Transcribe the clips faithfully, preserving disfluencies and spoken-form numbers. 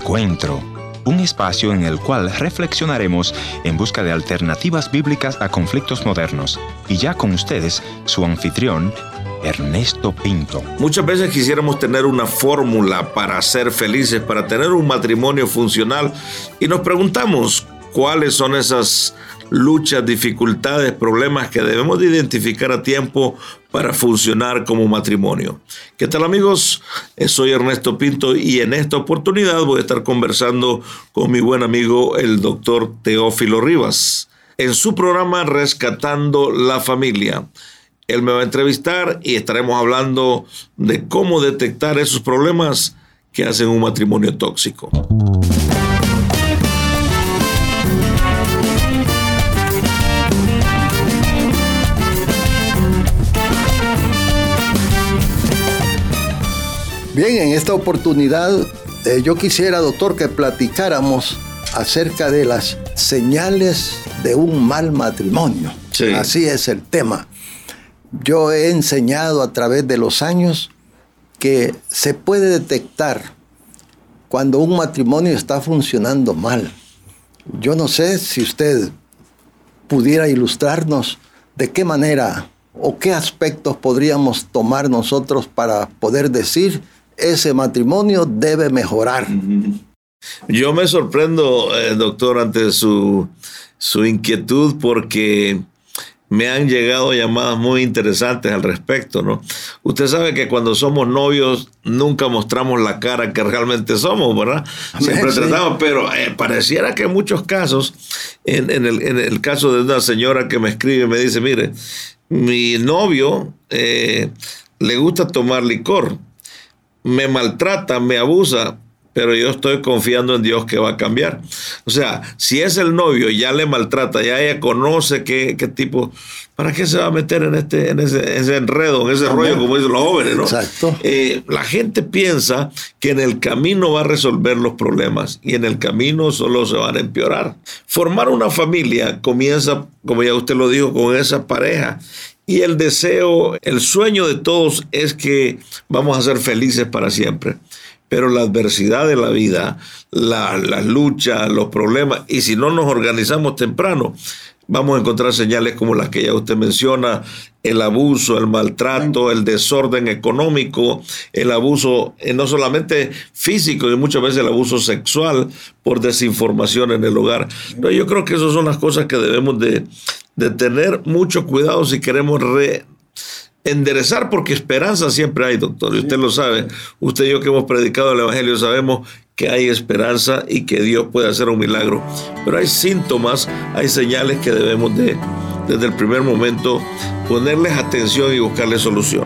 Encuentro, un espacio en el cual reflexionaremos en busca de alternativas bíblicas a conflictos modernos. Y ya con ustedes, su anfitrión, Ernesto Pinto. Muchas veces quisiéramos tener una fórmula para ser felices, para tener un matrimonio funcional, y nos preguntamos cuáles son esas luchas, dificultades, problemas que debemos de identificar a tiempo para funcionar como matrimonio. ¿Qué tal, amigos? Soy Ernesto Pinto y en esta oportunidad voy a estar conversando con mi buen amigo el doctor Teófilo Rivas en su programa Rescatando la Familia. Él me va a entrevistar y estaremos hablando de cómo detectar esos problemas que hacen un matrimonio tóxico. Bien, en esta oportunidad eh, yo quisiera, doctor, que platicáramos acerca de las señales de un mal matrimonio. Sí. Así es el tema. Yo he enseñado a través de los años que se puede detectar cuando un matrimonio está funcionando mal. Yo no sé si usted pudiera ilustrarnos de qué manera o qué aspectos podríamos tomar nosotros para poder decir ese matrimonio debe mejorar. Yo me sorprendo, eh, doctor, ante su, su inquietud, porque me han llegado llamadas muy interesantes al respecto, ¿no? Usted sabe que cuando somos novios nunca mostramos la cara que realmente somos, ¿verdad? Siempre sí. tratamos, pero eh, pareciera que en muchos casos, en, en, el, en el caso de una señora que me escribe, me dice, mire, mi novio eh, le gusta tomar licor, me maltrata, me abusa, pero yo estoy confiando en Dios que va a cambiar. O sea, si es el novio, ya le maltrata, ya ella conoce qué, qué tipo, ¿para qué se va a meter en este en ese, ese enredo, en ese Amor. rollo, como dicen los jóvenes, ¿no? Exacto. Eh, la gente piensa que en el camino va a resolver los problemas y en el camino solo se van a empeorar. Formar una familia comienza, como ya usted lo dijo, con esa pareja. Y el deseo, el sueño de todos es que vamos a ser felices para siempre. Pero la adversidad de la vida, la, la lucha, los problemas, y si no nos organizamos temprano, vamos a encontrar señales como las que ya usted menciona, el abuso, el maltrato, el desorden económico, el abuso eh, no solamente físico, y muchas veces el abuso sexual por desinformación en el hogar. Pero yo creo que esas son las cosas que debemos de, de tener mucho cuidado si queremos re, enderezar, porque esperanza siempre hay, doctor, y usted lo sabe. Usted y yo que hemos predicado el Evangelio sabemos que hay esperanza y que Dios puede hacer un milagro. Pero hay síntomas, hay señales que debemos de, desde el primer momento, ponerles atención y buscarles solución.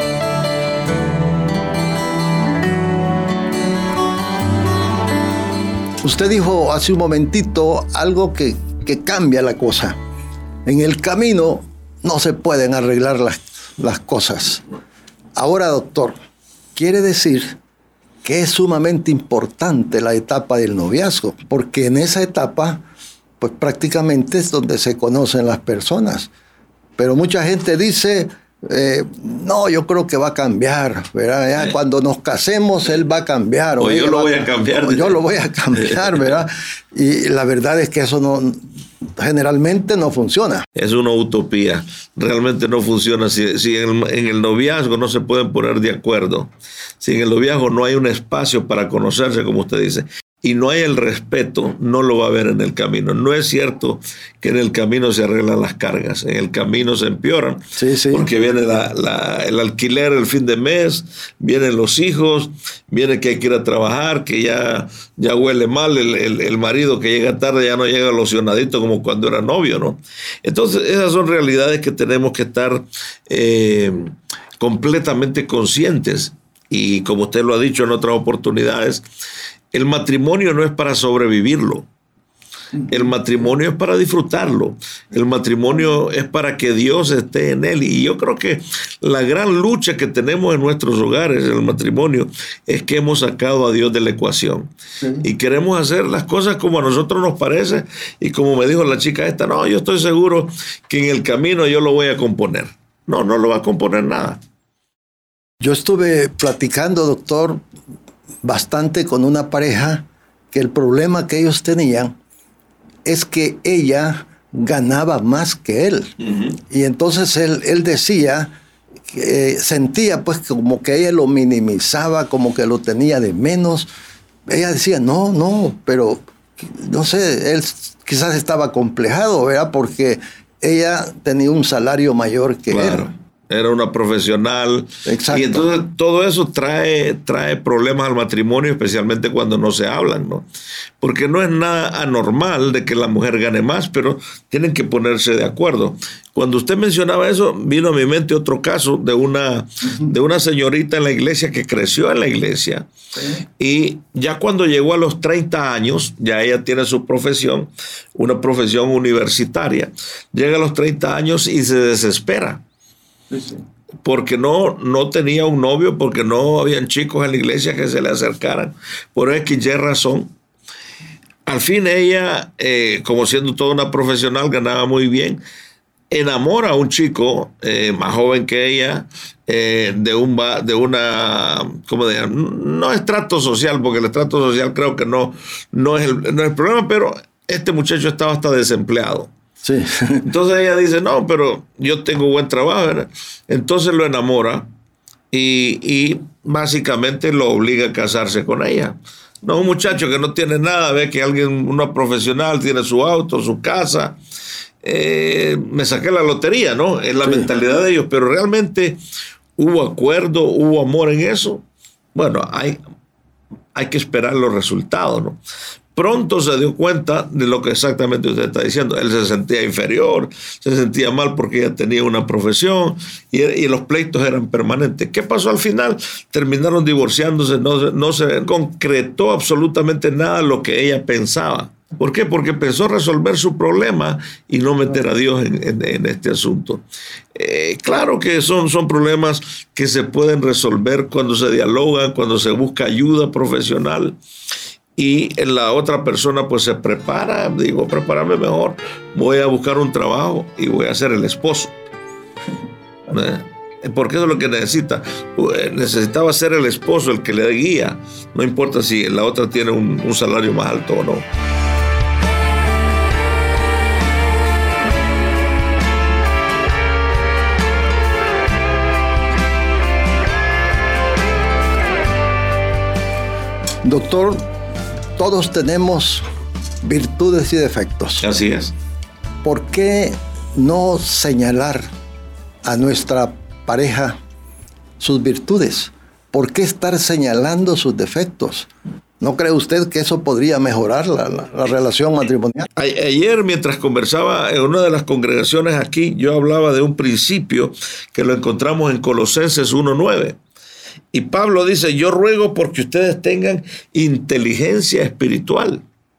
Usted dijo hace un momentito algo que, que cambia la cosa. En el camino no se pueden arreglar las, las cosas. Ahora, doctor, quiere decir que es sumamente importante la etapa del noviazgo, porque en esa etapa, pues prácticamente es donde se conocen las personas. Pero mucha gente dice, eh, no, yo creo que va a cambiar, ¿verdad? Ya cuando nos casemos, él va a cambiar. O, o yo lo voy a, a cambiar. O yo lo voy a cambiar, ¿verdad? Y la verdad es que eso no... generalmente no funciona. Es una utopía. Realmente no funciona. Si, si en, el, en el noviazgo no se pueden poner de acuerdo, si en el noviazgo no hay un espacio para conocerse, como usted dice, y no hay el respeto, no lo va a haber en el camino. No es cierto que en el camino se arreglan las cargas, en el camino se empeoran, sí, sí. porque viene la, la, el alquiler el fin de mes, vienen los hijos, viene que hay que ir a trabajar, que ya, ya huele mal, el, el, el marido que llega tarde ya no llega locionadito como cuando era novio, ¿no? Entonces esas son realidades que tenemos que estar eh, completamente conscientes, y como usted lo ha dicho en otras oportunidades, el matrimonio no es para sobrevivirlo. El matrimonio es para disfrutarlo. El matrimonio es para que Dios esté en él. Y yo creo que la gran lucha que tenemos en nuestros hogares, en el matrimonio, es que hemos sacado a Dios de la ecuación. Sí. Y queremos hacer las cosas como a nosotros nos parece. Y como me dijo la chica esta, no, yo estoy seguro que en el camino yo lo voy a componer. No, no lo va a componer nada. Yo estuve platicando, doctor, bastante con una pareja que el problema que ellos tenían es que ella ganaba más que él. Uh-huh. Y entonces él, él decía, que, eh, sentía pues como que ella lo minimizaba, como que lo tenía de menos. Ella decía, no, no, pero no sé, él quizás estaba complejado, ¿verdad? Porque ella tenía un salario mayor que claro. él. Era una profesional. Exacto. Y entonces todo eso trae, trae problemas al matrimonio, especialmente cuando no se hablan, ¿no? Porque no es nada anormal de que la mujer gane más, pero tienen que ponerse de acuerdo. Cuando usted mencionaba eso, vino a mi mente otro caso de una, de una señorita en la iglesia que creció en la iglesia. Sí. Y ya cuando llegó a los treinta años, ya ella tiene su profesión, una profesión universitaria. Llega a los treinta años y se desespera. Sí, sí. Porque no, no tenía un novio, porque no habían chicos en la iglesia que se le acercaran, por X y razón. Al fin ella, eh, como siendo toda una profesional, ganaba muy bien, enamora a un chico eh, más joven que ella, eh, de, un, de una, ¿cómo diría? No estrato social, porque el estrato social creo que no, no, es el, no es el problema, pero este muchacho estaba hasta desempleado. Sí. Entonces ella dice, no, pero yo tengo buen trabajo, ¿verdad? Entonces lo enamora y, y básicamente lo obliga a casarse con ella. No, un muchacho que no tiene nada, ve que alguien, una profesional, tiene su auto, su casa. Eh, me saqué la lotería, ¿no? Es la sí. mentalidad de ellos, pero realmente hubo acuerdo, hubo amor en eso. Bueno, hay, hay que esperar los resultados, ¿no? Pronto se dio cuenta de lo que exactamente usted está diciendo. Él se sentía inferior, se sentía mal porque ella tenía una profesión y, y los pleitos eran permanentes. ¿Qué pasó al final? Terminaron divorciándose, no, no se concretó absolutamente nada de lo que ella pensaba. ¿Por qué? Porque pensó resolver su problema y no meter a Dios en, en, en este asunto. Eh, claro que son, son problemas que se pueden resolver cuando se dialogan, cuando se busca ayuda profesional. Y la otra persona pues se prepara, digo, prepararme mejor, voy a buscar un trabajo y voy a ser el esposo. ¿Eh? Porque eso es lo que necesita. Necesitaba ser el esposo, el que le guía. No importa si la otra tiene un, un salario más alto o no. Doctor, todos tenemos virtudes y defectos. Así es. ¿Por qué no señalar a nuestra pareja sus virtudes? ¿Por qué estar señalando sus defectos? ¿No cree usted que eso podría mejorar la, la, la relación matrimonial? A, ayer, mientras conversaba en una de las congregaciones aquí, yo hablaba de un principio que lo encontramos en Colosenses uno nueve. Y Pablo dice, yo ruego porque ustedes tengan inteligencia espiritual.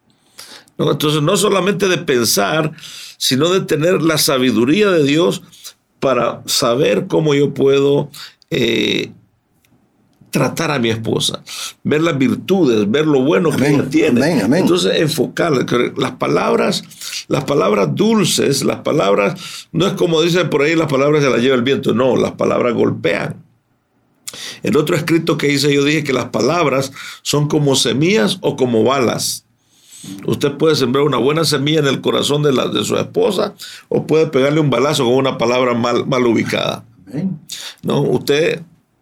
¿No? Entonces, no solamente de pensar, sino de tener la sabiduría de Dios para saber cómo yo puedo eh, tratar a mi esposa, ver las virtudes, ver lo bueno amén, que ella tiene. Amén, amén. Entonces, enfocarla. Las palabras, las palabras dulces, las palabras, no es como dicen por ahí, las palabras se las lleva el viento. No, las palabras golpean. En otro escrito que hice yo dije que las palabras son como semillas o como balas. Usted puede sembrar una buena semilla en el corazón de, la, de su esposa o puede pegarle un balazo con una palabra mal, mal ubicada. No, usted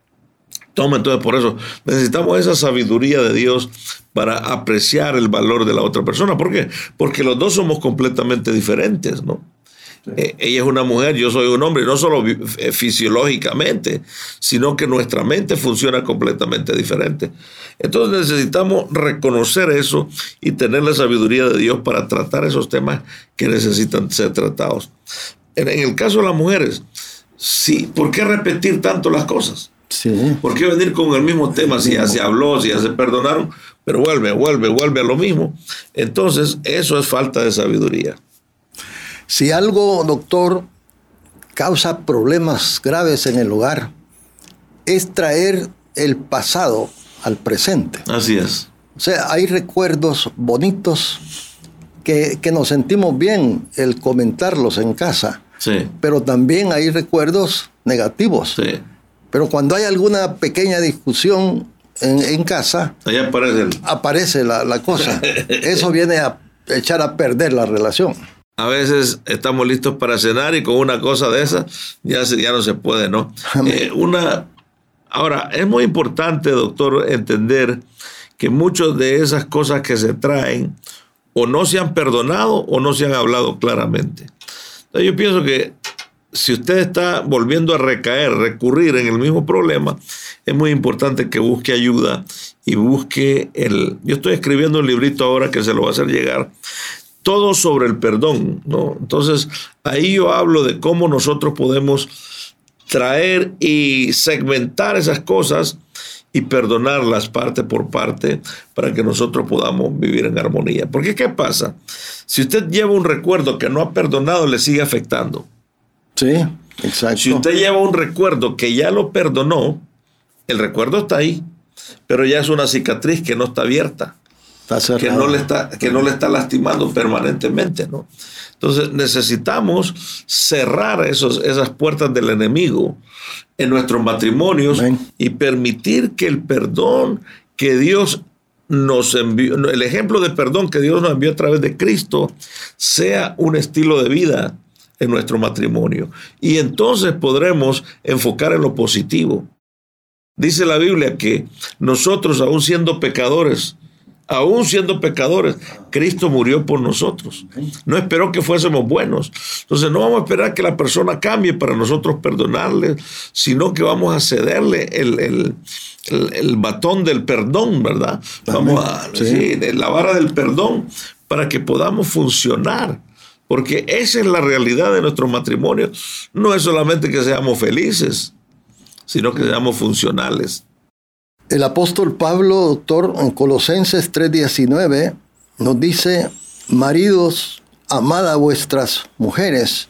toma, entonces por eso necesitamos esa sabiduría de Dios para apreciar el valor de la otra persona. ¿Por qué? Porque los dos somos completamente diferentes, ¿no? Eh, ella es una mujer, yo soy un hombre, no solo eh, fisiológicamente, sino que nuestra mente funciona completamente diferente. Entonces necesitamos reconocer eso y tener la sabiduría de Dios para tratar esos temas que necesitan ser tratados. En, en el caso de las mujeres, sí, ¿por qué repetir tanto las cosas? Sí. ¿Por qué venir con el mismo tema si ya se habló, si ya se perdonaron, pero vuelve, vuelve, vuelve a lo mismo? Entonces eso es falta de sabiduría. Si algo, doctor, causa problemas graves en el hogar, es traer el pasado al presente. Así es. O sea, hay recuerdos bonitos que, que nos sentimos bien el comentarlos en casa. Sí. Pero también hay recuerdos negativos. Sí. Pero cuando hay alguna pequeña discusión, en, en casa, ahí aparece, el... aparece la, la cosa. Eso viene a echar a perder la relación. A veces estamos listos para cenar y con una cosa de esa ya, se, ya no se puede, ¿no? Eh, una... Ahora, es muy importante, doctor, entender que muchas de esas cosas que se traen o no se han perdonado o no se han hablado claramente. Entonces yo pienso que si usted está volviendo a recaer, recurrir en el mismo problema, es muy importante que busque ayuda y busque el... Yo estoy escribiendo un librito ahora que se lo va a hacer llegar, todo sobre el perdón, ¿no? Entonces, ahí yo hablo de cómo nosotros podemos traer y segmentar esas cosas y perdonarlas parte por parte para que nosotros podamos vivir en armonía. Porque, ¿qué pasa? Si usted lleva un recuerdo que no ha perdonado, le sigue afectando. Sí, exacto. Si usted lleva un recuerdo que ya lo perdonó, el recuerdo está ahí, pero ya es una cicatriz que no está abierta. Que no, le está, que no le está lastimando permanentemente, ¿no? Entonces necesitamos cerrar esos, esas puertas del enemigo en nuestros matrimonios. Amén. Y permitir que el perdón que Dios nos envió, el ejemplo de perdón que Dios nos envió a través de Cristo, sea un estilo de vida en nuestro matrimonio. Y entonces podremos enfocar en lo positivo. Dice la Biblia que nosotros, aún siendo pecadores, Aún siendo pecadores, Cristo murió por nosotros. No esperó que fuésemos buenos. Entonces no vamos a esperar que la persona cambie para nosotros perdonarle, sino que vamos a cederle el, el, el, el batón del perdón, ¿verdad? Vamos a, sí. Sí, la vara del perdón para que podamos funcionar. Porque esa es la realidad de nuestro matrimonio. No es solamente que seamos felices, sino que seamos funcionales. El apóstol Pablo, doctor, en Colosenses tres diecinueve, nos dice: maridos, amad a vuestras mujeres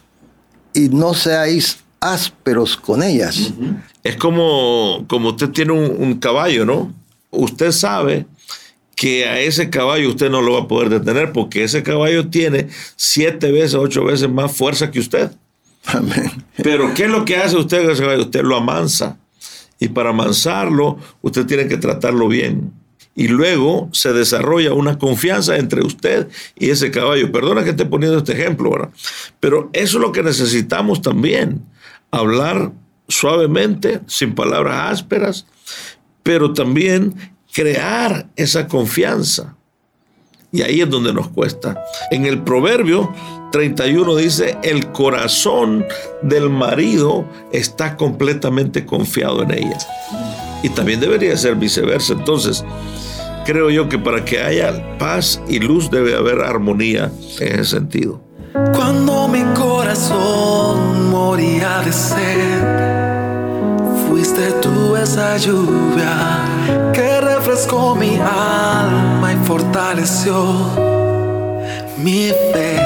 y no seáis ásperos con ellas. Uh-huh. Es como, como usted tiene un, un caballo, ¿no? Usted sabe que a ese caballo usted no lo va a poder detener porque ese caballo tiene siete veces, ocho veces más fuerza que usted. Amén. Pero ¿qué es lo que hace usted con ese caballo? Usted lo amansa. Y para amansarlo, usted tiene que tratarlo bien. Y luego se desarrolla una confianza entre usted y ese caballo. Perdona que esté poniendo este ejemplo, ¿verdad? Pero eso es lo que necesitamos también. Hablar suavemente, sin palabras ásperas, pero también crear esa confianza. Y ahí es donde nos cuesta. En el Proverbio treinta y uno dice: el corazón del marido está completamente confiado en ella. Y también debería ser viceversa. Entonces, creo yo que para que haya paz y luz debe haber armonía en ese sentido. Cuando mi corazón moría de sed, fuiste tú esa lluvia que refrescó mi alma y fortaleció mi fe.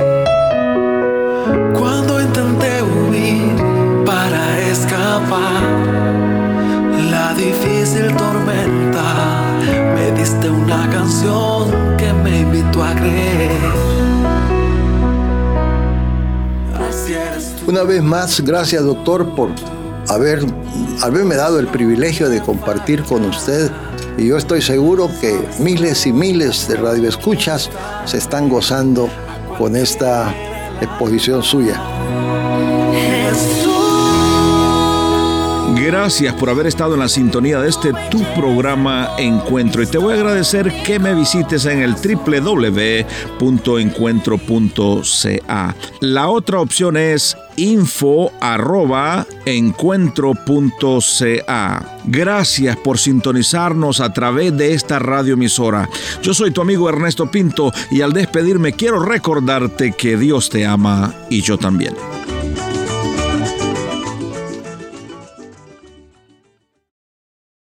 Cuando intenté huir para escapar la difícil tormenta, me diste una canción que me invitó a creer. Así eres tú. Una vez más, gracias, doctor, por haber, haberme dado el privilegio de compartir con usted. Y yo estoy seguro que miles y miles de radioescuchas se están gozando con esta exposición suya. Gracias por haber estado en la sintonía de este tu programa Encuentro. Y te voy a agradecer que me visites en el doble u doble u doble u punto encuentro punto c a. La otra opción es info arroba encuentro punto c a. Gracias por sintonizarnos a través de esta radioemisora. Yo soy tu amigo Ernesto Pinto y al despedirme quiero recordarte que Dios te ama y yo también.